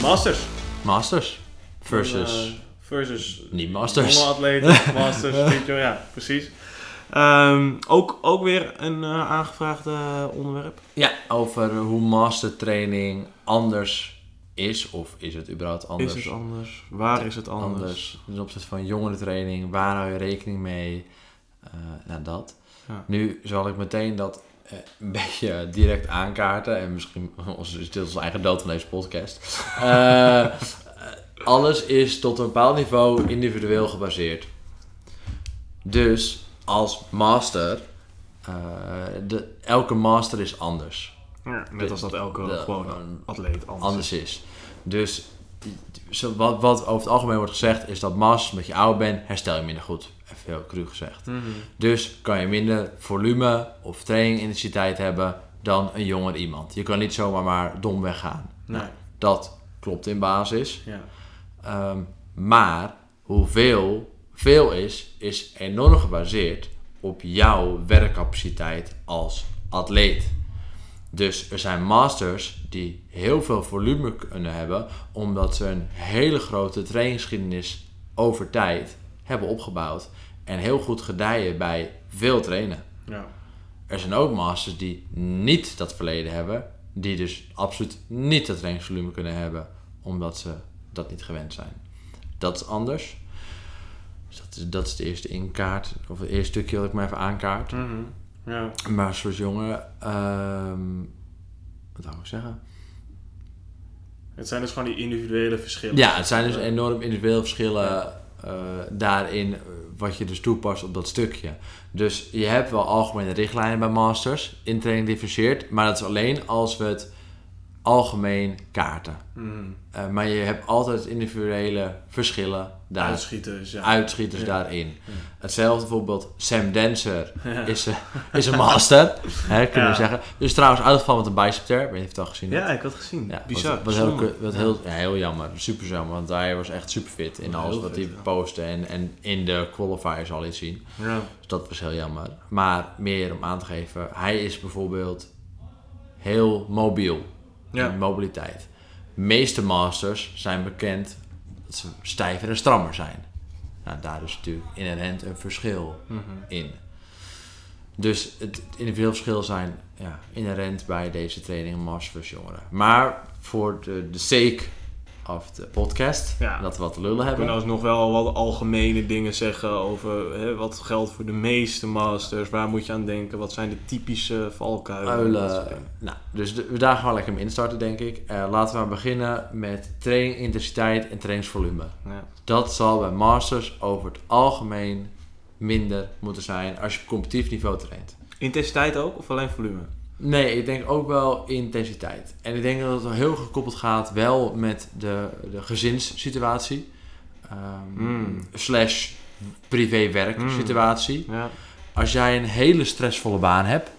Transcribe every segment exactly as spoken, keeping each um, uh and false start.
Masters. Masters. Versus... Uh, versus... Niet Masters. Jonge atleten. Masters. Weet je, ja, precies. Um, ook, ook weer een uh, aangevraagd uh, onderwerp. Ja, over hoe mastertraining anders is. Of is het überhaupt anders? Is het anders? Waar is het anders? anders. Ten opzichte van jongerentraining. Waar hou je rekening mee? Uh, nou, dat. Ja. Nu zal ik meteen dat uh, een beetje direct aankaarten. En misschien is dit onze eigen dood van deze podcast. Uh, alles is tot een bepaald niveau individueel gebaseerd. Dus als master, uh, de, elke master is anders. Ja, net de, als dat elke de, gewoon uh, atleet anders, anders is. is. Dus zo, wat, wat over het algemeen wordt gezegd is dat masters, omdat je oud bent, herstel je minder goed. Even heel cru gezegd. Mm-hmm. Dus kan je minder volume of trainingintensiteit hebben dan een jonger iemand. Je kan niet zomaar maar dom weggaan. Nee. Nou, dat klopt in basis. Ja. Um, maar hoeveel veel is, is enorm gebaseerd op jouw werkcapaciteit als atleet. Dus er zijn masters die heel veel volume kunnen hebben, omdat ze een hele grote trainingsgeschiedenis over tijd hebben opgebouwd en heel goed gedijen bij veel trainen. Ja. Er zijn ook masters die niet dat verleden hebben, die dus absoluut niet dat trainingsvolume kunnen hebben, omdat ze dat niet gewend zijn. Dat is anders. Dus dat is, dat is de eerste inkaart, of het eerste stukje dat ik maar even aankaart. Mm-hmm. Ja. Maar zoals jongen, um, wat zou ik zeggen? Het zijn dus gewoon die individuele verschillen. Ja, het zijn dus enorm individuele verschillen ja. uh, daarin wat je dus toepast op dat stukje. Dus je hebt wel algemene richtlijnen bij masters, in training differentieert, maar dat is alleen als we het algemeen kaarten. Mm. Uh, maar je hebt altijd individuele verschillen daar, uitschieters, ja. uitschieters ja. daarin. Ja. Hetzelfde bijvoorbeeld Sam Dancer ja. is, uh, is een master, hè, kunnen ja. we zeggen. Dus trouwens uitgevallen met een bicep tear, weet je of je het al gezien hebt? Ja, ik had het gezien. Ja, bizar. Wat, wat heel, wat heel, ja, heel jammer, super jammer, want hij was echt super fit in alles wat hij ja. postte en, en in de qualifiers zal je zien. Ja. Dus dat was heel jammer. Maar meer om aan te geven, hij is bijvoorbeeld heel mobiel. Ja. In mobiliteit. De meeste masters zijn bekend dat ze stijver en strammer zijn. Nou, daar is natuurlijk inherent een verschil mm-hmm. in. Dus het individueel verschil zijn ja, inherent bij deze training masters versus jongeren. Maar voor de, de sake of de podcast, ja. dat we wat te lullen hebben. We kunnen alsnog wel wat algemene dingen zeggen over hè, wat geldt voor de meeste masters. Waar moet je aan denken? Wat zijn de typische valkuilen? Uilen, nou, dus de, we daar gaan we lekker mee instarten, denk ik. Uh, laten we maar beginnen met training, intensiteit en trainingsvolume. Ja. Dat zal bij masters over het algemeen minder moeten zijn als je op competitief niveau traint. Intensiteit ook of alleen volume? Nee, ik denk ook wel intensiteit. En ik denk dat het heel gekoppeld gaat wel met de, de gezinssituatie. Um, mm. Slash privé-werk-situatie. Mm. Ja. Als jij een hele stressvolle baan hebt,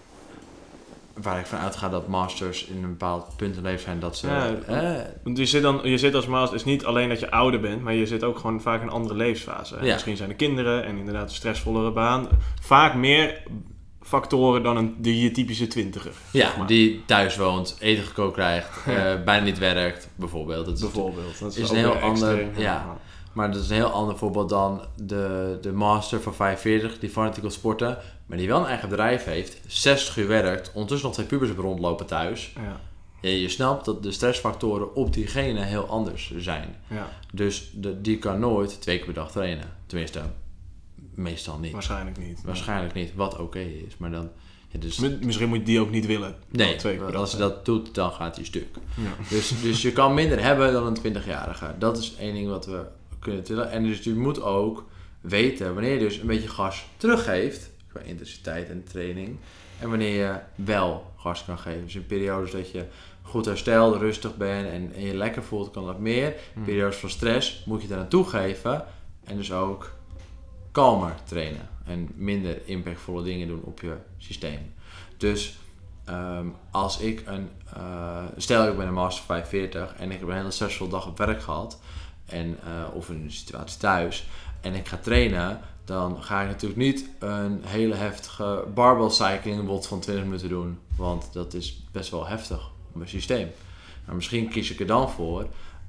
waar ik van uitga dat masters in een bepaald punt in leven zijn dat ze... Ja, eh, want je zit, dan, je zit als master, is niet alleen dat je ouder bent, maar je zit ook gewoon vaak in een andere levensfase. Ja. Misschien zijn er kinderen en inderdaad een stressvollere baan. Vaak meer factoren dan een, de je typische twintiger. Ja, zeg maar. Die thuis woont, eten gekookt krijgt, ja. uh, bijna niet werkt, bijvoorbeeld. Dat is, bijvoorbeeld. Dat is, is een heel ander, ja, ja. Maar dat is een heel ander voorbeeld dan de, de master van vijfenveertig die fanatiek wil sporten, maar die wel een eigen bedrijf heeft, zestig uur werkt, ondertussen nog twee pubers op rondlopen thuis. Ja. Ja, je snapt dat de stressfactoren op diegene heel anders zijn. Ja. Dus de, die kan nooit twee keer per dag trainen. Tenminste, meestal niet. Waarschijnlijk niet. Waarschijnlijk niet, wat oké okay is. Maar dan, ja, dus, misschien moet je die ook niet willen. Nee, twee keer per als je dat doet, dan gaat die stuk. Ja. Dus, dus je kan minder hebben dan een twintigjarige. Dat is één ding wat we kunnen tillen. En dus je moet ook weten wanneer je dus een beetje gas teruggeeft, qua intensiteit en training, en wanneer je wel gas kan geven. Dus in periodes dat je goed hersteld, rustig bent en, en je lekker voelt, kan dat meer. In periodes van stress moet je daar aan toegeven en dus ook kalmer trainen en minder impactvolle dingen doen op je systeem. Dus um, als ik een, uh, stel ik ben een master vijfenveertig en ik heb een hele stressvolle dag op werk gehad, en, uh, of in een situatie thuis, en ik ga trainen, dan ga ik natuurlijk niet een hele heftige barbell cycling bot van twintig minuten doen, want dat is best wel heftig op mijn systeem. Maar misschien kies ik er dan voor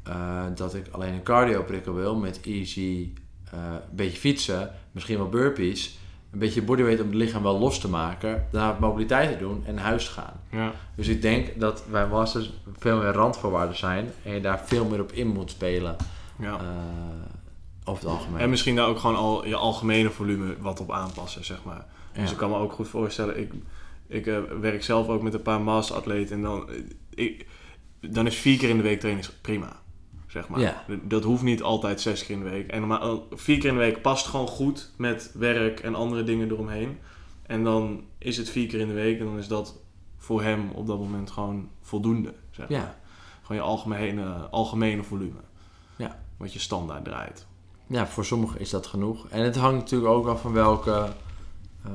uh, dat ik alleen een cardio prikkel wil met easy, uh, een beetje fietsen, misschien wel burpees, een beetje bodyweight om het lichaam wel los te maken, daarna mobiliteit te doen en naar huis te gaan. Ja. Dus ik denk dat bij masters veel meer randvoorwaarden zijn en je daar veel meer op in moet spelen. Ja. Uh, over het algemeen. En misschien daar ook gewoon al je algemene volume wat op aanpassen, zeg maar. Ja. Dus ik kan me ook goed voorstellen, ik, ik uh, werk zelf ook met een paar mastersatleten en dan, ik, dan is vier keer in de week trainen prima, zeg maar. Ja. Dat hoeft niet altijd zes keer in de week. En normaal, vier keer in de week past gewoon goed met werk en andere dingen eromheen. En dan is het vier keer in de week en dan is dat voor hem op dat moment gewoon voldoende, zeg maar. Ja. Gewoon je algemene, algemene volume. Ja. Wat je standaard draait. Ja, voor sommigen is dat genoeg. En het hangt natuurlijk ook af van welke uh,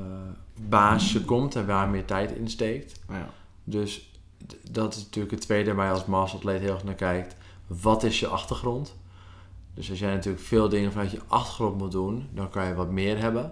baas je komt en waar meer tijd in steekt. Ja. Dus d- dat is natuurlijk het tweede waar je als masteratleet heel erg naar kijkt. Wat is je achtergrond? Dus als jij natuurlijk veel dingen vanuit je achtergrond moet doen, dan kan je wat meer hebben.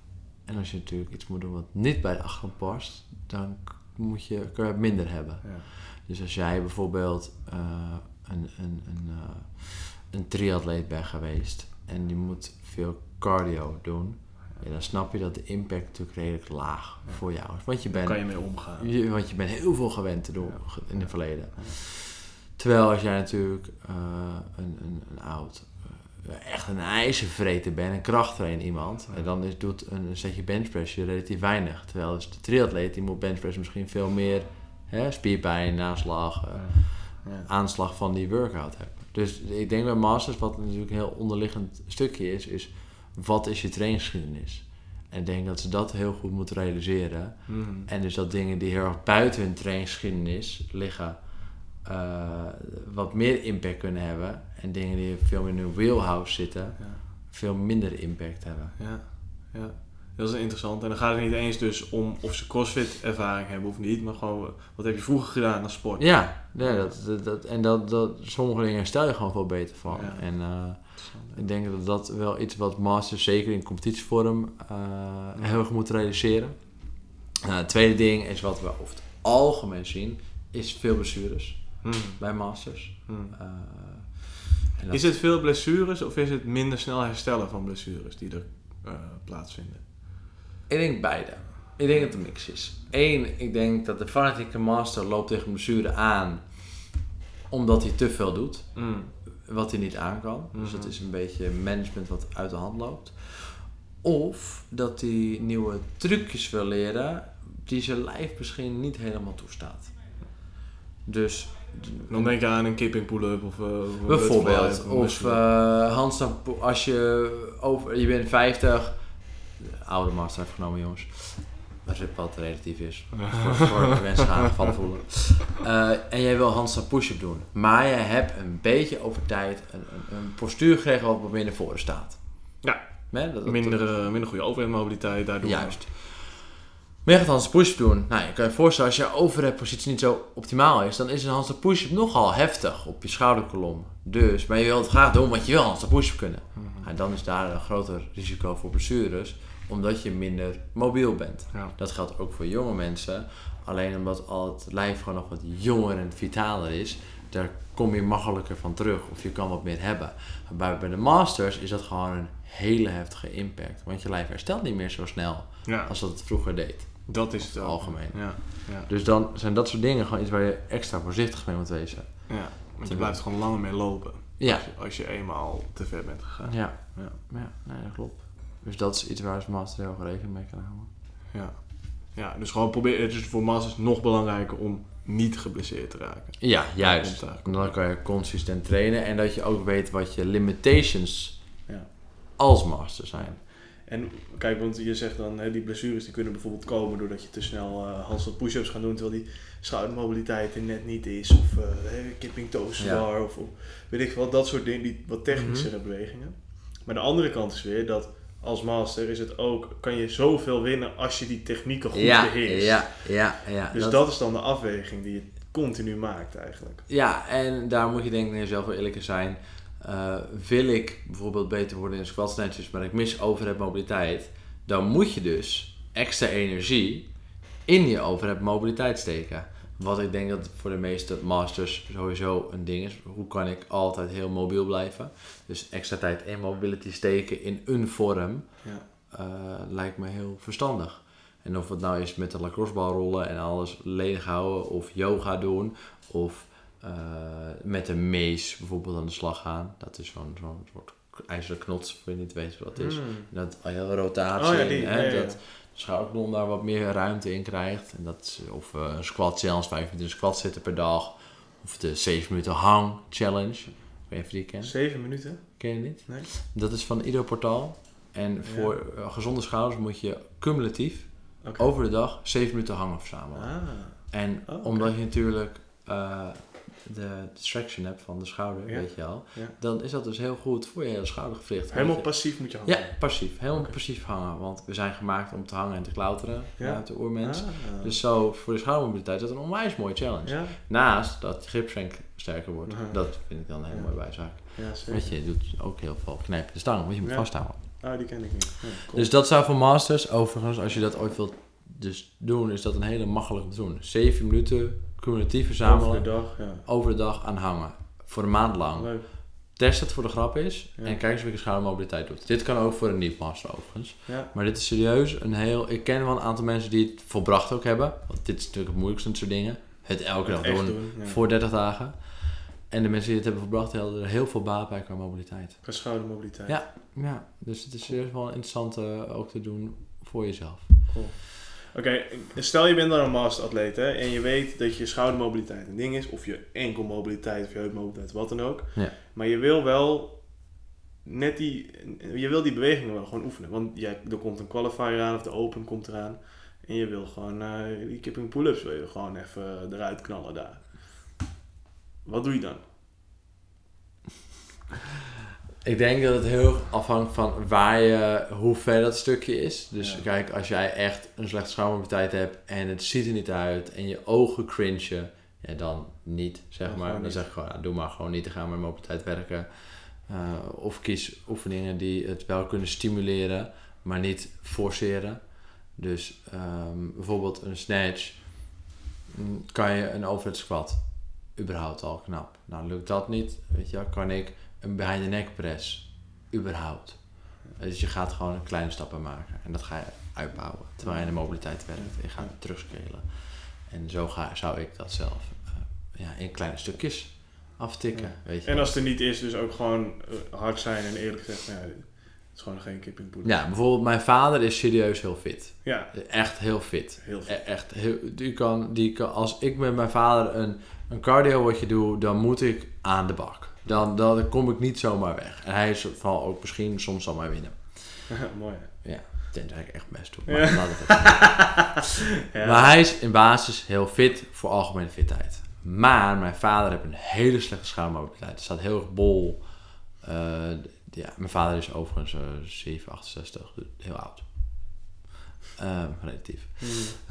En als je natuurlijk iets moet doen wat niet bij de achtergrond past, dan moet je, kan je het minder hebben. Ja. Dus als jij bijvoorbeeld uh, een, een, een, uh, een triatleet bent geweest en die moet veel cardio doen, ja, dan snap je dat de impact natuurlijk redelijk laag ja. voor jou is. Want je bent, kan je mee omgaan. Je, want je bent heel veel gewend te doen ja. in het verleden. Ja. Terwijl als jij natuurlijk uh, een, een, een oud, uh, echt een ijzervreter bent, een krachttrainer iemand, ja. en dan is, doet een, een setje benchpress je relatief weinig. Terwijl dus de triatleet die moet benchpress misschien veel meer hè, spierpijn, naslag, uh, ja. Ja. aanslag van die workout hebben. Dus ik denk bij masters, wat natuurlijk een heel onderliggend stukje is, is wat is je trainingsgeschiedenis? En ik denk dat ze dat heel goed moeten realiseren. Mm. En dus dat dingen die heel erg buiten hun trainingsgeschiedenis liggen, uh, wat meer impact kunnen hebben. En dingen die veel meer in hun wheelhouse zitten, ja. veel minder impact hebben. Ja, ja. Dat is interessant. En dan gaat het niet eens dus om of ze crossfit ervaring hebben of niet, maar gewoon wat heb je vroeger gedaan als sport. Ja, nee, dat, dat, dat, en dat, dat, sommige dingen herstel je gewoon veel beter van. Ja. En uh, ik denk dat dat wel iets wat masters zeker in competitievorm uh, ja. heel erg moet realiseren. Uh, het tweede ding is wat we over het algemeen zien, is veel blessures hmm. bij masters. Hmm. Uh, dat... Is het veel blessures of is het minder snel herstellen van blessures die er uh, plaatsvinden? Ik denk beide. Ik denk dat het een mix is. Eén, ik denk dat de fanatieke master loopt tegen een blessure aan omdat hij te veel doet. Mm. Wat hij niet aan kan. Mm-hmm. Dus dat is een beetje management wat uit de hand loopt. Of dat hij nieuwe trucjes wil leren die zijn lijf misschien niet helemaal toestaat. Dus dan denk je aan een kipping pull-up of uh, bijvoorbeeld. Of uh, handstand als je over je bent vijftig. Oude master heeft genomen, jongens. Wat relatief is. voor, voor mensen aangevallen voelen. Uh, en jij wil handstand push-up doen. Maar je hebt een beetje over tijd een, een, een postuur gekregen wat wat meer naar voren staat. Ja. Nee, dat, dat, minder, uh, minder goede overheadmobiliteit daardoor. Juist. Maar je gaat handstand push-up doen. Nou, je kan je voorstellen, als je overheadpositie niet zo optimaal is, dan is een handstand push-up nogal heftig op je schouderkolom. Dus, maar je wilt het graag doen, want je wil handstand push-up kunnen. Mm-hmm. En dan is daar een groter risico voor blessures, omdat je minder mobiel bent. Ja. Dat geldt ook voor jonge mensen. Alleen omdat al het lijf gewoon nog wat jonger en vitaler is, daar kom je makkelijker van terug of je kan wat meer hebben. Maar bij de masters is dat gewoon een hele heftige impact. Want je lijf herstelt niet meer zo snel ja. als dat het vroeger deed. Dat is het algemeen. Ja. Ja. Dus dan zijn dat soort dingen gewoon iets waar je extra voorzichtig mee moet wezen. Ja, want je blijft gewoon langer mee lopen. Ja. Als, je, als je eenmaal te ver bent gegaan. Ja, ja. ja nee, dat klopt. Dus dat is iets waar als master heel veel rekening mee kan houden. Ja. Ja, dus gewoon proberen. Het is voor masters nog belangrijker om niet geblesseerd te raken. Ja, juist. Dan kan je consistent trainen en dat je ook weet wat je limitations ja. als master zijn. En kijk, want je zegt dan, hè, die blessures die kunnen bijvoorbeeld komen doordat je te snel uh, handstand push-ups gaat doen, terwijl die schoudermobiliteit er net niet is, of uh, kipping toes bar, ja. of, of weet ik wel, dat soort dingen, die wat technischere mm-hmm. bewegingen. Maar de andere kant is weer dat als master is het ook, kan je zoveel winnen als je die technieken goed ja, beheerst. Ja, ja, ja. Dus dat, dat is dan de afweging die je continu maakt eigenlijk. Ja, en daar moet je denk ik naar jezelf wel eerlijk in zijn. Uh, wil ik bijvoorbeeld beter worden in squat snatches, maar ik mis overhead mobiliteit, dan moet je dus extra energie in je overhead mobiliteit steken. Wat ik denk dat voor de meeste masters sowieso een ding is. Hoe kan ik altijd heel mobiel blijven? Dus extra tijd en mobility steken in een vorm ja. uh, lijkt me heel verstandig. En of het nou is met de lacrossebal rollen en alles ledig houden of yoga doen of uh, met een mace bijvoorbeeld aan de slag gaan. Dat is zo'n, zo'n soort ijzeren knots, voor je niet weet wat het is. Mm. Dat hele rotatie, oh, ja, die, hè, ja, ja. dat de schouderknom daar wat meer ruimte in krijgt. En dat, of uh, een squat challenge, vijf minuten squat zitten per dag. Of de zeven minuten hang challenge. Ik weet niet of je die kent. Zeven minuten? Ken je niet? Nee. Dat is van Ido Portal. En voor ja. uh, gezonde schouders moet je cumulatief okay. over de dag zeven minuten hangen verzamelen. Ah. En oh, okay. omdat je natuurlijk uh, de distraction hebt van de schouder, ja. weet je al, ja. dan is dat dus heel goed voor je hele schoudergewricht. Helemaal je, passief moet je hangen? Ja, passief. Helemaal okay. passief hangen. Want we zijn gemaakt om te hangen en te klauteren ja. uit de oermens. Ah. Dus zo voor de schoudermobiliteit is dat een onwijs mooie challenge. Ja. Naast dat je gripstrength sterker wordt. Uh-huh. Dat vind ik dan een hele ja. mooie bijzaak. Ja, weet je, je doet ook heel veel knijpen de stang, want je moet ja. vasthouden. Oh, die ken ik niet. Ja, cool. Dus dat zou voor masters, overigens, als je dat ooit wilt dus doen, is dat een hele makkelijk te doen. Zeven minuten cumulatief verzamelen. Over de dag, ja. Over de dag aan hangen. Voor een maand lang. Leuk. Test het voor de grap is. Ja. En kijk eens of je schoudermobiliteit doet. Dit kan ook voor een niet-master overigens. Ja. Maar dit is serieus een heel... Ik ken wel een aantal mensen die het volbracht ook hebben. Want dit is natuurlijk het moeilijkste soort dingen. Het elke het dag doen, doen ja. voor dertig dagen. En de mensen die het hebben volbracht, die hadden er heel veel baat bij qua mobiliteit. Qua schoudermobiliteit. Ja, ja, dus het is serieus wel interessant uh, ook te doen voor jezelf. Cool. Oké, okay, stel je bent dan een masteratleet hè, en je weet dat je schoudermobiliteit een ding is, of je enkelmobiliteit of je heupmobiliteit, wat dan ook. Ja. Maar je wil wel net die, je wil die bewegingen wel gewoon oefenen. Want ja, er komt een qualifier aan of de open komt eraan. En je wil gewoon, uh, die kipping pull-ups wil je gewoon even eruit knallen daar. Wat doe je dan? Ik denk dat het heel afhangt van waar je, hoe ver dat stukje is. Dus ja. kijk, als jij echt een slechte schoudermobiliteit hebt en het ziet er niet uit en je ogen cringen, ja, dan niet, zeg ja, maar. Dan niet. zeg ik gewoon, ja, doe maar gewoon niet, dan gaan we met mobiliteit werken. Uh, of kies oefeningen die het wel kunnen stimuleren, maar niet forceren. Dus um, bijvoorbeeld een snatch, kan je een overhead squat, überhaupt al knap. Nou, lukt dat niet, weet je, kan ik een behind the neck press, überhaupt. Dus je gaat gewoon kleine stappen maken en dat ga je uitbouwen terwijl je in de mobiliteit werkt. Je gaat terugscalen. En zo ga, zou ik dat zelf uh, ja, in kleine stukjes aftikken. Ja. Weet je. En als het er niet is, dus ook gewoon hard zijn en eerlijk gezegd, nou ja, het is gewoon geen kipping pull-up. Ja, bijvoorbeeld mijn vader is serieus heel fit. Ja. Echt heel fit. Heel fit. E- echt heel, die kan, die kan, als ik met mijn vader een, een cardio watje doe, dan moet ik aan de bak. Dan, dan kom ik niet zomaar weg. En hij is vooral ook misschien soms zal mij winnen. Mooi. Ja, tenzij ik echt best doe. Maar, ja. ja. maar hij is in basis heel fit voor algemene fitheid. Maar mijn vader heeft een hele slechte schoudermobiliteit. Hij staat heel erg bol. Uh, ja, mijn vader is overigens uh, zeven, achtenzestig, heel oud. Uh, relatief. Mm.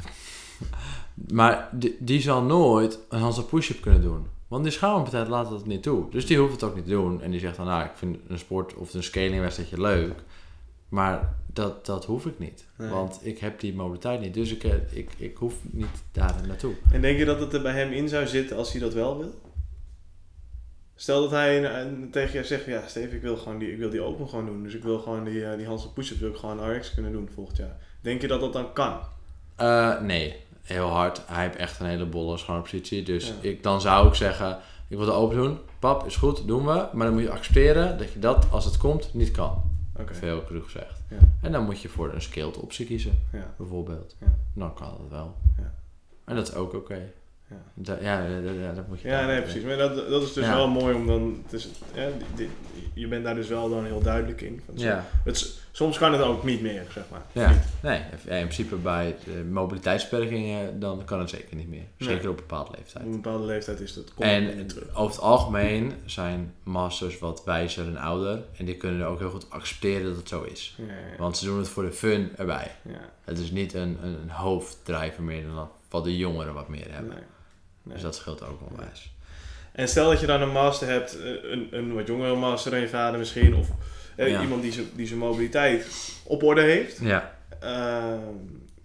maar die, die zal nooit een handstand push-up kunnen doen. Want die schoudermobiliteit laat dat niet toe. Dus die hoeft het ook niet te doen. En die zegt dan, nou, ik vind een sport of een scalingwedstrijdje leuk. Maar dat, dat hoef ik niet. Nee. Want ik heb die mobiliteit niet. Dus ik, ik, ik hoef niet daar naartoe. En denk je dat het er bij hem in zou zitten als hij dat wel wil? Stel dat hij uh, tegen jou zegt, ja Steve, ik wil, gewoon die, ik wil die open gewoon doen. Dus ik wil gewoon die, uh, die handstand push-ups wil ik gewoon R X kunnen doen volgend jaar. Denk je dat dat dan kan? Uh, nee, heel hard. Hij heeft echt een hele bolle schouderpositie. Dus ja. ik, dan zou ik zeggen, ik wil de open doen. Pap, is goed, doen we. Maar dan moet je accepteren dat je dat, als het komt, niet kan. Okay. Veel cru gezegd. Ja. En dan moet je voor een scaled optie kiezen, ja. bijvoorbeeld. Ja. Dan kan dat wel. Ja. En dat is ook oké. Okay. Ja. Da, ja, ja, dat moet je. Ja, nee, precies. Maar dat, dat is dus ja. wel mooi om dan. Het is, ja, die, die, je bent daar dus wel dan heel duidelijk in. Van zo, ja. het, soms kan het ook niet meer, zeg maar. Ja. Niet. Nee, in principe bij de mobiliteitsbeperkingen dan kan het zeker niet meer. Zeker nee. op een bepaalde leeftijd. Op een bepaalde leeftijd is dat. En over het algemeen zijn masters wat wijzer en ouder. En die kunnen ook heel goed accepteren dat het zo is. Ja, ja, ja. Want ze doen het voor de fun erbij. Ja. Het is niet een, een, een hoofddrijver meer dan wat de jongeren wat meer hebben. Nee. Nee. Dus dat scheelt ook onwijs. Ja. En stel dat je dan een master hebt, een, een wat jongere master dan je vader misschien, of eh, ja. iemand die zijn die zijn mobiliteit op orde heeft. Ja. Uh, ja.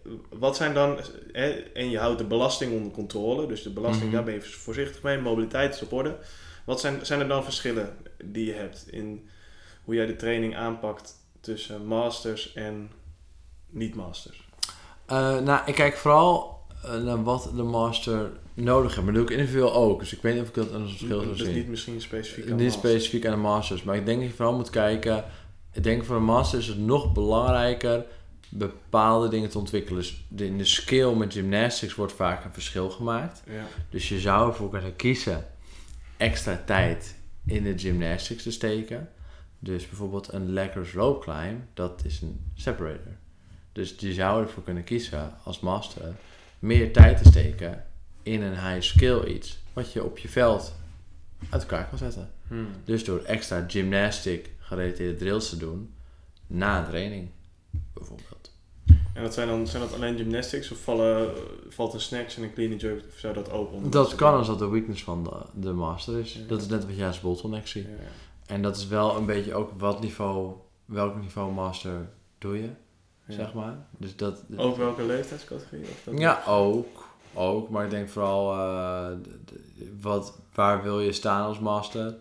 wat zijn dan... Hè, en je houdt de belasting onder controle. Dus de belasting, Mm-hmm. daar ben je voorzichtig mee. Mobiliteit is op orde. Wat zijn, zijn er dan verschillen die je hebt in hoe jij de training aanpakt tussen masters en niet-masters? Uh, nou, ik kijk vooral uh, naar wat de master nodig heeft. Maar dat doe ik individueel ook. Dus ik weet niet of ik dat een verschil zou zien. Dus niet misschien specifiek aan Niet masters. specifiek aan de masters. Maar ik denk dat je vooral moet kijken... Ik denk voor de master is het nog belangrijker bepaalde dingen te ontwikkelen. Dus in de skill met gymnastics wordt vaak een verschil gemaakt. Ja. Dus je zou ervoor kunnen kiezen extra tijd in de gymnastics te steken. Dus bijvoorbeeld een leggers rope climb, dat is een separator. Dus je zou ervoor kunnen kiezen als master meer tijd te steken in een high skill iets. Wat je op je veld uit elkaar kan zetten. Hmm. Dus door extra gymnastic gerelateerde drills te doen na een training, bijvoorbeeld. En dat zijn dan zijn dat alleen gymnastics of vallen, valt een snatch en een clean and jerk, of zou dat ook onder? Dat kan als dat de weakness van de, de master is. Ja. Dat is net wat jij als bottleneck ziet. Ja, ja. En dat is wel een beetje ook wat niveau, welk niveau master doe je, Ja. zeg maar. Dus dat, Ook welke leeftijdscategorie? Of dat ja, ook, ook. Maar ik denk vooral, uh, d- d- wat, waar wil je staan als master?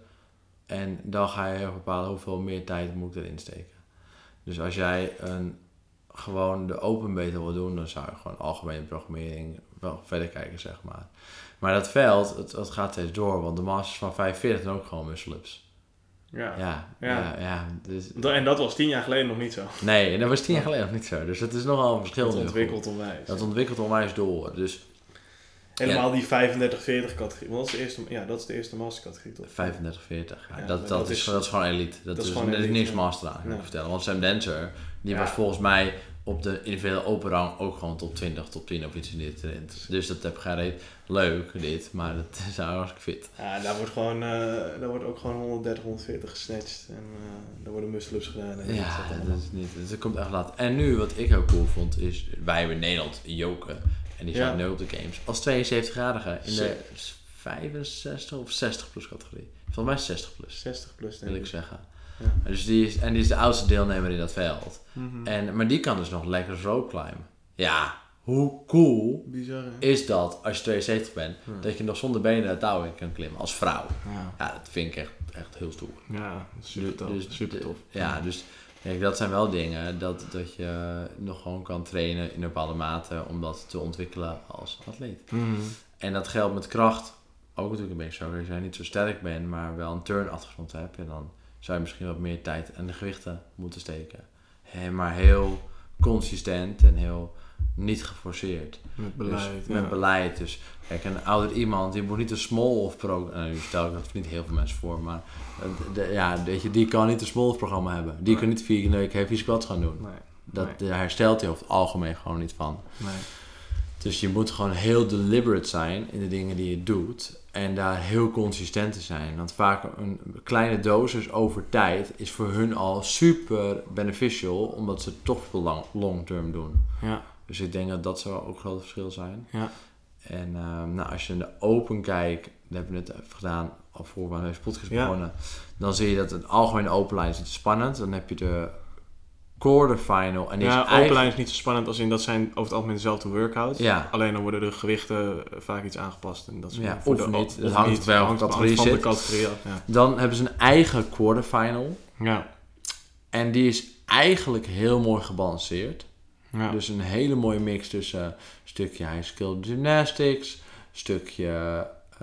En dan ga je heel bepalen hoeveel meer tijd moet ik erin steken. Dus als jij een, gewoon de open beta wil doen, dan zou je gewoon algemene programmering wel verder kijken, zeg maar. Maar dat veld, het, het gaat steeds door, want de masters van vijfenveertig zijn ook gewoon muscle-ups. Ja. Ja, Ja. ja, ja. Dus, En dat was tien jaar geleden nog niet zo. nee, en dat was tien jaar geleden nog niet zo. Dus het is nogal een verschil. Dat nu. ontwikkelt onwijs. Dat ontwikkelt onwijs door. Dus Helemaal die vijfendertig veertig categorie. Want dat is de eerste, ja, dat is de eerste mastercategorie toch? vijfendertig veertig. Ja, Ja, dat, maar dat, dat is, is- dat is gewoon elite. Dat, dat is is, gewoon er is elite, niks ja. master aan, kan ik Nee. je vertellen. Want Sam Dancer, die Ja. was volgens mij op de individuele open rang ook gewoon top twintig, top tien of iets in dit trend. Dus dat heb ik geen reet. Leuk, dit, maar dat is hartstikke fit. Ja, daar wordt, gewoon, uh, daar wordt ook gewoon honderddertig, honderdveertig gesnatcht. En uh, daar worden muscle-ups gedaan. En Ja, dat, dat allemaal. is niet. Dat komt echt laat. En nu, wat ik heel cool vond, is wij hebben in Nederland Joke. En die staat Ja. nu op de games als tweeënzeventig-jarige in de Sick. vijfenzestig of zestig plus categorie. Volgens mij zestig plus, zestig plus denk wil ik. ik zeggen. Ja. Dus die is, en die is de oudste deelnemer in dat veld. Mm-hmm. En, maar die kan dus nog lekker rope climben. Ja, hoe cool Bizar, hè? is dat als je tweeënzeventig bent, Ja. dat je nog zonder benen het touw in kan klimmen als vrouw. Ja, Ja, dat vind ik echt, echt heel stoer. ja super tof. Dus- super tof. Ja, dus kijk, dat zijn wel dingen dat, dat je nog gewoon kan trainen in een bepaalde mate om dat te ontwikkelen als atleet. Mhm. En dat geldt met kracht ook natuurlijk een beetje zo. Als jij niet zo sterk bent, maar wel een turn-achtergrond hebt, ja, dan zou je misschien wat meer tijd aan de gewichten moeten steken. Hè, maar heel consistent en heel niet geforceerd. Met beleid. Dus, ja. met beleid. Dus kijk, een ouder iemand die moet niet een small of pro. Nou, nu stel ik dat niet heel veel mensen voor, maar uh, de, ja, weet je, die kan niet een small of programma hebben. Die Nee. kan niet vier keer heavy squats gaan doen. Nee. Dat, nee. Daar herstelt hij over het algemeen gewoon niet van. Nee. Dus je moet gewoon heel deliberate zijn in de dingen die je doet. En daar heel consistent te zijn. Want vaak een kleine dosis over tijd is voor hun al super beneficial. Omdat ze het toch veel lang, long term doen. Ja. Dus ik denk dat dat zou ook een groot verschil zijn. Ja. En uh, nou, als je in de open kijkt, dat hebben we net even gedaan, al voor we aan deze podcast Ja. begonnen. Dan zie je dat een algemene open lijn is niet spannend. Dan heb je de quarterfinal. En die Ja, is open eigenlijk... lijn is niet zo spannend als in dat zijn over het algemeen dezelfde workouts. Ja. Alleen dan worden de gewichten vaak iets aangepast. En dat soort Ja, dingen. Voor of de- niet. Dat of hangt niet. wel Hangt- van de hangt categorie van de zit. categorie af. Ja. Dan hebben ze een eigen quarterfinal. Ja. En die is eigenlijk heel mooi gebalanceerd. Ja. Dus een hele mooie mix tussen een stukje high skill gymnastics, stukje uh,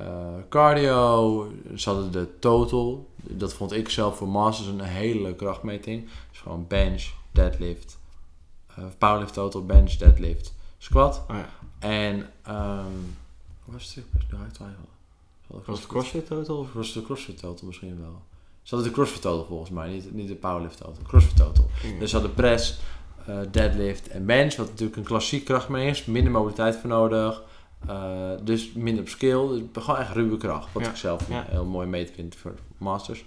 cardio. Ze hadden de total. Dat vond ik zelf voor masters een hele leuke krachtmeting. Dus gewoon bench, deadlift, uh, powerlift total, bench, deadlift, squat. Oh, ja. En um, wat was het stuk? Nu ga ik twijfelen. Was het CrossFit total? Of? Was de CrossFit total misschien wel. Ze hadden de CrossFit total volgens mij, niet, niet de powerlift total. CrossFit total. Ja. Dus ze hadden press, uh, deadlift en bench, wat natuurlijk een klassiek krachtmeting is. Minder mobiliteit voor nodig. Uh, dus minder op skill. Dus gewoon echt ruwe kracht. Wat Ja. ik zelf Ja. heel mooi meet vind voor masters.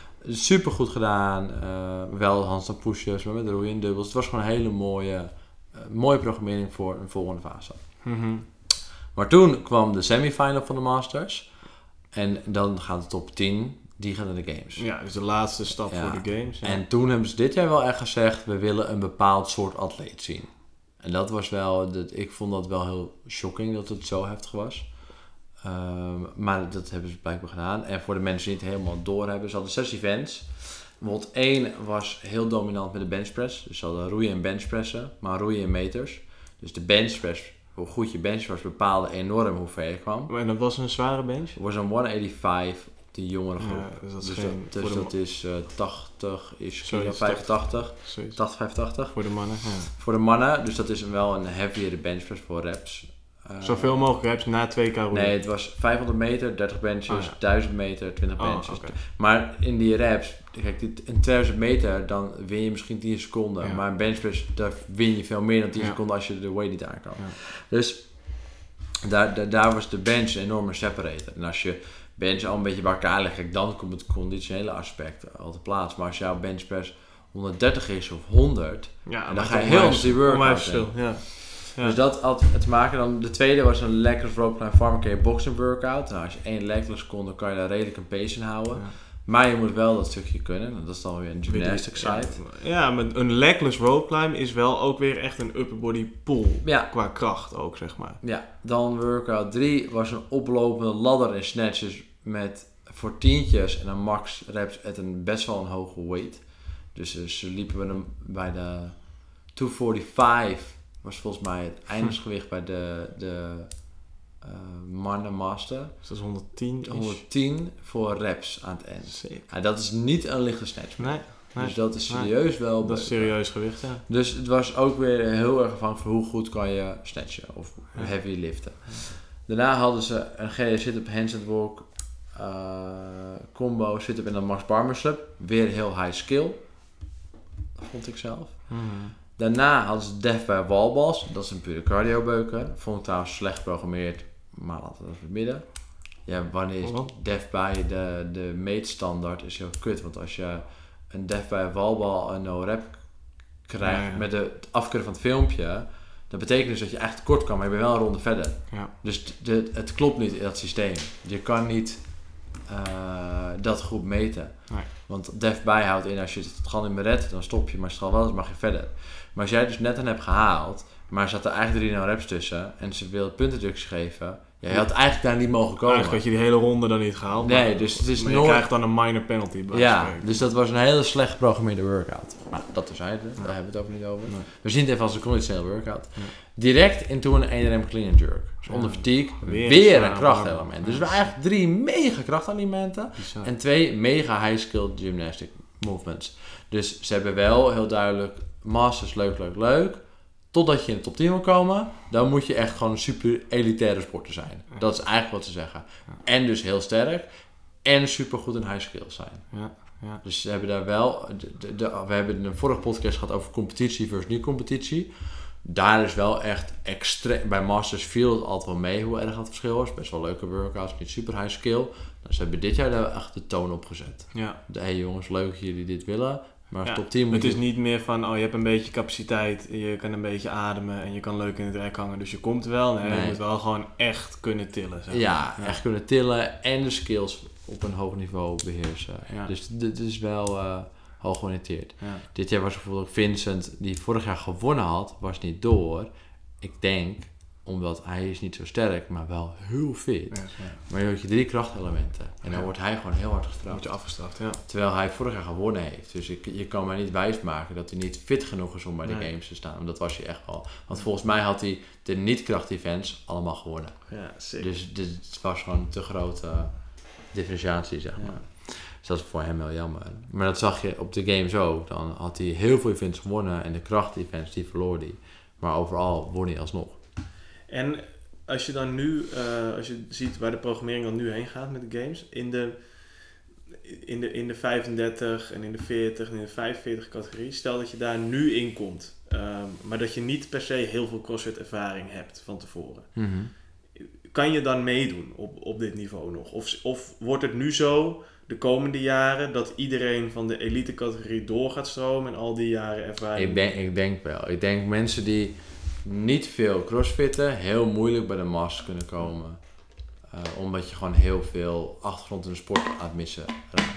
Super goed gedaan. Uh, wel handstand push-ups, maar met roeien dubbels. Het was gewoon een hele mooie, uh, mooie programmering voor een volgende fase. Mm-hmm. Maar toen kwam de semifinal van de masters. En dan gaat de top tien. Die gaan naar de games. Ja, dus de laatste stap Ja. voor de games. Ja. En toen hebben ze dit jaar wel echt gezegd, we willen een bepaald soort atleet zien. En dat was wel, dat, ik vond dat wel heel shocking dat het zo heftig was. Um, maar dat hebben ze blijkbaar gedaan. En voor de mensen die het helemaal door hebben, ze hadden zes events. Bijvoorbeeld één was heel dominant met de benchpress. Dus ze hadden roeien en benchpressen, maar roeien in meters. Dus de benchpress, hoe goed je benchpress bepaalde enorm hoe ver je kwam. En dat was een zware bench? Het was een honderdvijfenachtig op die jongere groep. Ja, dus dat is, dus geen, dat, dus dat is uh, tachtig, is kilo, vijfentachtig, Zoiets. tachtig, vijfentachtig. Voor de mannen, ja. Voor de mannen, dus dat is wel een heaviere benchpress voor reps. Uh, Zoveel mogelijk reps na twee k roeien? Nee, het was vijfhonderd meter, dertig benches, oh, ja. duizend meter, twintig oh, benches. Okay. Maar in die reps, kijk, in tweeduizend meter, dan win je misschien tien seconden. Ja. Maar een benchpress, daar win je veel meer dan tien ja. seconden als je de weight niet aan kan. Ja. Dus daar, daar, daar was de bench een enorme separator. En als je bench al een beetje bij elkaar legt, kijk, dan komt het conditionele aspect al te plaats. Maar als jouw benchpress honderddertig is of honderd, ja, en dan ga je heel anders die workout in. Ja. Ja. Dus dat had te maken. Dan de tweede was een legless rope climb pharmacare boxing workout. Nou, als je één legless kon, dan kan je daar redelijk een pace in houden. Ja. Maar je moet wel dat stukje kunnen. Dat is dan weer een gymnastic side. Ja, ja, maar een legless rope climb is wel ook weer echt een upper body pull. Ja. Qua kracht ook, zeg maar. Ja, dan workout drie was een oplopende ladder in snatches met voor tientjes en een max reps met een best wel een hoge weight. Dus, dus liepen we hem bij de tweehonderdvijfenveertig. Was volgens mij het eindingsgewicht bij de, de uh, mannen master. Dus dat is honderdtien? honderdtien voor reps aan het eind. Ja, dat is niet een lichte snatch. Nee, nee. Dus dat is serieus nee. wel... Dat is serieus gewicht, ja. Dus het was ook weer heel erg afhankelijk van hoe goed kan je snatchen of ja. heavy liften. Ja. Daarna hadden ze een G sit-up, handstand walk, uh, combo, sit-up en dan max bar muscle-up. Weer heel high skill. Dat vond ik zelf. Mm-hmm. Daarna hadden ze Death by Wallballs. Dat is een pure cardio beuken. Vond ik trouwens slecht geprogrammeerd, maar laten we het midden. Ja, wanneer is Death by de, de meetstandaard is heel kut. Want als je een Death by Wallball een no-rep krijgt ja, ja. met de, het afkeuren van het filmpje, dat betekent dus dat je echt tekort kan, maar je bent wel een ronde verder. Ja. Dus de, het klopt niet in dat systeem. Je kan niet uh, dat goed meten. Nee. Want Death by houdt in, als je het gewoon niet meer redt, dan stop je. Maar als het al wel is, mag je verder. Maar als jij dus net een hebt gehaald, maar er zaten eigenlijk drie no-reps tussen en ze wilden puntendeductie geven, ja, je had eigenlijk daar niet mogen komen. Eigenlijk had je die hele ronde dan niet gehaald. Nee, maar, dus het is maar nooit... je krijgt dan een minor penalty. Bij ja, spreken. Dus dat was een hele slecht geprogrammeerde workout. Maar dat terzijde, ja. Daar hebben we het ook niet over. Nee. We zien het even als een conditionele workout. Ja. Direct into een één rem clean and jerk. Dus ja. onder fatigue, weer, weer een krachtelement. Dus we hebben eigenlijk drie mega krachtelementen Bizar. En twee mega high-skilled gymnastic movements. Dus ze hebben wel heel duidelijk masters, leuk, leuk, leuk. Totdat je in de top tien wil komen, dan moet je echt gewoon een super elitaire sporter zijn. Ja. Dat is eigenlijk wat ze zeggen. Ja. En dus heel sterk. En super goed in high skills zijn. Ja. Ja. Dus ze hebben daar wel... De, de, de, we hebben in een vorige podcast gehad over competitie versus niet-competitie. Daar is wel echt extreem... Bij Masters viel het altijd wel mee hoe erg dat verschil was. Best wel leuke workouts, niet super high skill. Nou, ze hebben dit jaar daar echt de toon op gezet. Ja. Hé hey jongens, leuk dat jullie dit willen. Maar ja, top tien moet het je... is niet meer van, oh je hebt een beetje capaciteit, je kan een beetje ademen en je kan leuk in het rek hangen, dus je komt wel. Nee, nee. Je moet wel gewoon echt kunnen tillen. Zeg maar. Ja, ja, echt kunnen tillen en de skills op een hoog niveau beheersen. Ja. Dus dit is wel uh, hoog georiënteerd. Ja. Dit jaar was bijvoorbeeld ook Vincent, die vorig jaar gewonnen had, was niet door. Ik denk, omdat hij is niet zo sterk, maar wel heel fit. Ja, ja. Maar je hebt je drie krachtelementen. En dan ja. wordt hij gewoon heel hard gestraft. Wordt je afgestraft, ja. Terwijl hij vorig jaar gewonnen heeft. Dus ik, je kan mij niet wijsmaken dat hij niet fit genoeg is om bij de nee. games te staan. Want dat was hij echt wel. Want volgens mij had hij de niet-kracht-events allemaal gewonnen. Ja, zeker. Dus dit was gewoon een te grote uh, differentiatie, zeg maar. Ja. Dus dat is voor hem wel jammer. Maar dat zag je op de games ook. Dan had hij heel veel events gewonnen. En de kracht-events, die verloor hij. Maar overal won hij alsnog. En als je dan nu, uh, als je ziet waar de programmering dan nu heen gaat met de games, in de, in de, in de vijfendertig en in de veertig en in de vijfenveertig categorie, stel dat je daar nu in komt, um, maar dat je niet per se heel veel CrossFit ervaring hebt van tevoren. Mm-hmm. Kan je dan meedoen op, op dit niveau nog? Of, of wordt het nu zo de komende jaren dat iedereen van de elite categorie door gaat stromen en al die jaren ervaring? Ik denk, ik denk wel. Ik denk mensen die niet veel crossfitten, heel moeilijk bij de masters kunnen komen. Uh, omdat je gewoon heel veel achtergrond in de sport aan het missen raakt.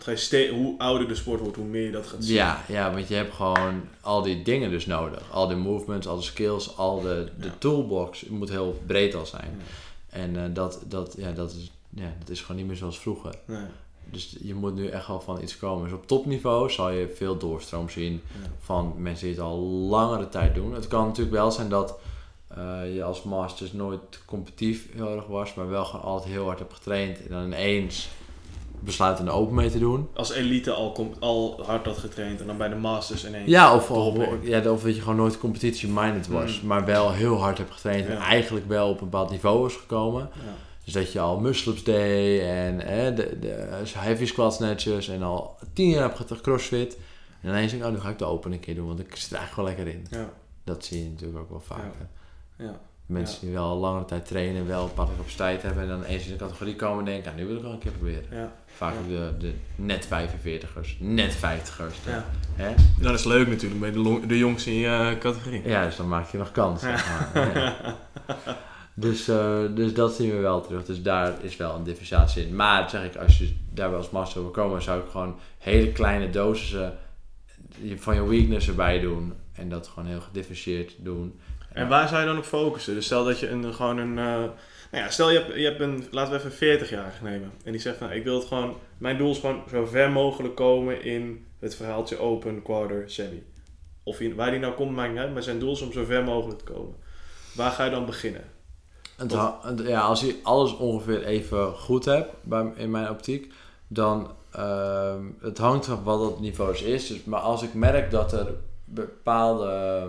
ga je ste- hoe ouder de sport wordt, hoe meer je dat gaat zien. Ja, ja, want je hebt gewoon al die dingen dus nodig. Al die movements, al de skills, al de, de ja. toolbox moet heel breed al zijn. Ja. En uh, dat, dat, ja, dat, is, ja, dat is gewoon niet meer zoals vroeger. Nee. Dus je moet nu echt wel van iets komen. Dus op topniveau zal je veel doorstroom zien ja. van mensen die het al langere tijd doen. Het kan natuurlijk wel zijn dat uh, je als masters nooit competitief heel erg was, maar wel gewoon altijd heel hard hebt getraind en dan ineens besluit een open mee te doen. Als elite al, com- al hard had getraind en dan bij de masters ineens. Ja, of, of, ja, of dat je gewoon nooit competitie-minded was, mm. maar wel heel hard hebt getraind ja. en eigenlijk wel op een bepaald niveau is gekomen. Ja. Dus dat je al muscle-ups deed en eh, de, de heavy squat snatches en al tien jaar hebt gecrossfit. En ineens denk ik, oh, nu ga ik de open een keer doen, want ik zit er eigenlijk wel lekker in. Ja. Dat zie je natuurlijk ook wel vaker. Ja. Ja. Mensen ja. die wel langere tijd trainen, wel een paar capaciteit hebben en dan eens in de categorie komen en denken, ah, nu wil ik wel een keer proberen. Ja. Vaak ook ja. de, de net vijfenveertigers, net vijftigers. De, ja. Hè? Dat is leuk natuurlijk, bij de, long, de jongste in je categorie. Ja, dus dan maak je nog kans. Zeg maar. Ja. Dus, uh, dus dat zien we wel terug. Dus daar is wel een differentiatie in. Maar zeg ik, als je daar wel als master wil komen, zou ik gewoon hele kleine dosissen van je weakness erbij doen. En dat gewoon heel gedifferentieerd doen. En waar zou je dan op focussen? Dus stel dat je een, gewoon een... Uh, nou ja, stel je hebt, je hebt een, laten we even een veertig-jarige nemen. En die zegt, nou, ik wil het gewoon... Mijn doel is gewoon zo ver mogelijk komen in het verhaaltje open, quarter, semi. Of in, waar die nou komt, maakt niet uit. Maar zijn doel is om zo ver mogelijk te komen. Waar ga je dan beginnen? Het, ja, als je alles ongeveer even goed hebt, bij, in mijn optiek, dan uh, het hangt van wat dat niveau is. Dus, maar als ik merk dat er bepaalde... Uh,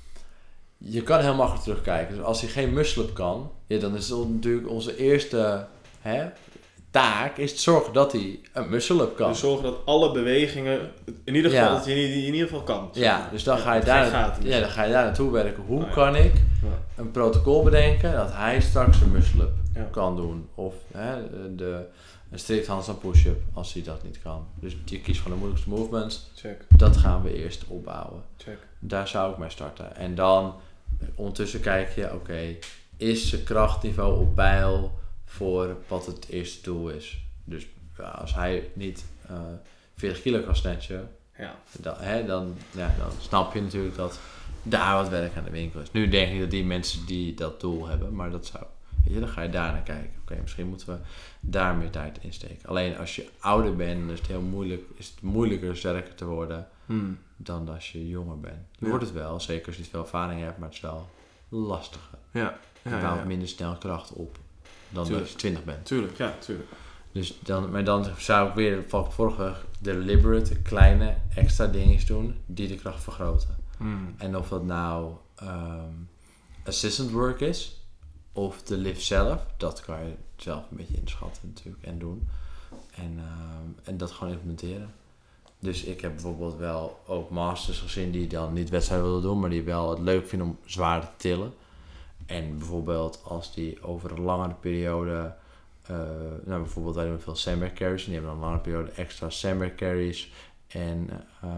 je kan heel makkelijk terugkijken. Dus als je geen muscle-up kan, ja, dan is het natuurlijk onze eerste hè, taak is het zorgen dat hij een muscle-up kan. Dus zorgen dat alle bewegingen, in ieder geval, ja. dat je in, in ieder geval kan. Ja, dus dan, ja, ga je daar, na- ja, dan ga je daar naartoe werken. Hoe oh, ja. kan ik ja. een protocol bedenken dat hij straks een muscle-up ja. kan doen? Of hè, de, een strict handstand push-up als hij dat niet kan. Dus je kiest van de moeilijkste movements. Check. Dat gaan we eerst opbouwen. Check. Daar zou ik mee starten. En dan ondertussen kijk je, oké, okay, is je krachtniveau op peil voor wat het eerste doel is. Dus ja, als hij niet uh, veertig kilo kan snatchen, ja. dan, hè, dan, ja, dan snap je natuurlijk dat daar wat werk aan de winkel is. Nu denk ik dat die mensen die dat doel hebben, maar dat zou, weet je, dan ga je daar naar kijken. Oké, okay, misschien moeten we daar meer tijd in steken. Alleen als je ouder bent, is het heel moeilijk, is het moeilijker sterker te worden hmm. dan als je jonger bent. Je ja. wordt het wel, zeker als je niet veel ervaring hebt, maar het is wel lastiger. Ja. Ja, je bouwt ja, ja. minder snel kracht op dan tuurlijk. Als je twintig bent. Tuurlijk, ja, tuurlijk. Dus dan, maar dan zou ik weer, van vorige deliberate, kleine, extra dingen doen die de kracht vergroten. Hmm. En of dat nou um, assistant work is, of de lift zelf, dat kan je zelf een beetje inschatten natuurlijk en doen. En, um, en dat gewoon implementeren. Dus ik heb bijvoorbeeld wel ook masters gezien die dan niet wedstrijden willen doen, maar die wel het leuk vinden om zwaar te tillen. En bijvoorbeeld als die over een langere periode, uh, nou bijvoorbeeld wij doen veel sandbag carries, en die hebben dan een langere periode extra sandbag carries en uh,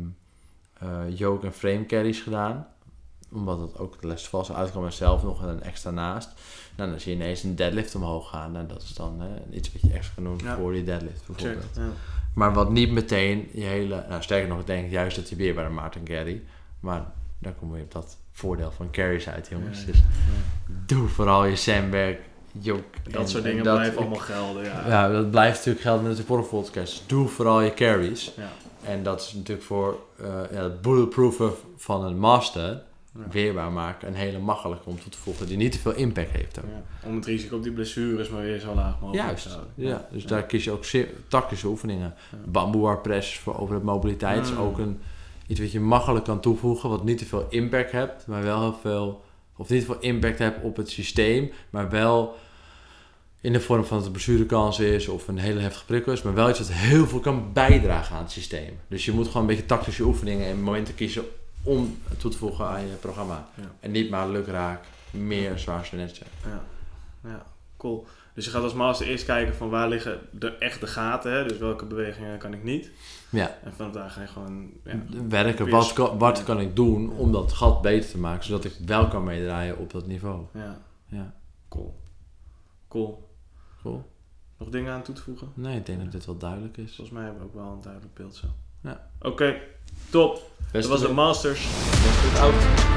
uh, yoke en frame carries gedaan. Omdat het ook de les vast uitkwam en zelf nog een extra naast. Nou, dan zie je ineens een deadlift omhoog gaan. En dat is dan hè, iets wat je extra kan doen ja. voor die deadlift bijvoorbeeld. Check, ja. Maar wat niet meteen je hele... Nou, sterker nog, ik denk juist dat hij weer bij de Martin carry. Maar dan kom je op dat voordeel van carries uit, jongens. Ja, ja. Dus ja. doe vooral je sandbag, yoke. Dat en, soort dingen dat, blijven allemaal gelden, ja. Ja, dat blijft natuurlijk gelden met de vorige podcast. Doe vooral je carries. Ja. En dat is natuurlijk voor uh, ja, het bulletproofen van een master... Ja. weerbaar maken en hele makkelijk om toe te voegen die niet te veel impact heeft. Ja, om het risico op die blessures maar weer zo laag mogelijk Juist, te houden. Ja, ja. Dus ja. daar kies je ook tactische oefeningen. Ja. Bamboe press voor over het mobiliteit mm. is ook een, iets wat je makkelijk kan toevoegen, wat niet te veel impact hebt, maar wel heel veel, of niet te veel impact hebt op het systeem, maar wel in de vorm van dat het een blessurekans is of een hele heftige prikkel is, maar wel iets wat heel veel kan bijdragen aan het systeem. Dus je moet gewoon een beetje tactische oefeningen en momenten kiezen om toe te voegen aan je programma. Ja. En niet maar lukraak, meer zwaar snatchen. Ja. ja, cool. Dus je gaat als master eerst kijken van waar liggen de echte gaten, hè? Dus welke bewegingen kan ik niet. Ja. En vanaf daar ga je gewoon ja, werken. Wat, kan, wat ja. kan ik doen om dat gat beter te maken, zodat ik wel kan meedraaien op dat niveau. Ja. ja. Cool. Cool. Cool. Nog dingen aan toe te voegen? Nee, ik denk dat dit wel duidelijk is. Volgens mij hebben we ook wel een duidelijk beeld zo. Ja. Oké, okay, top. Best dat was de Masters. Best goed oud.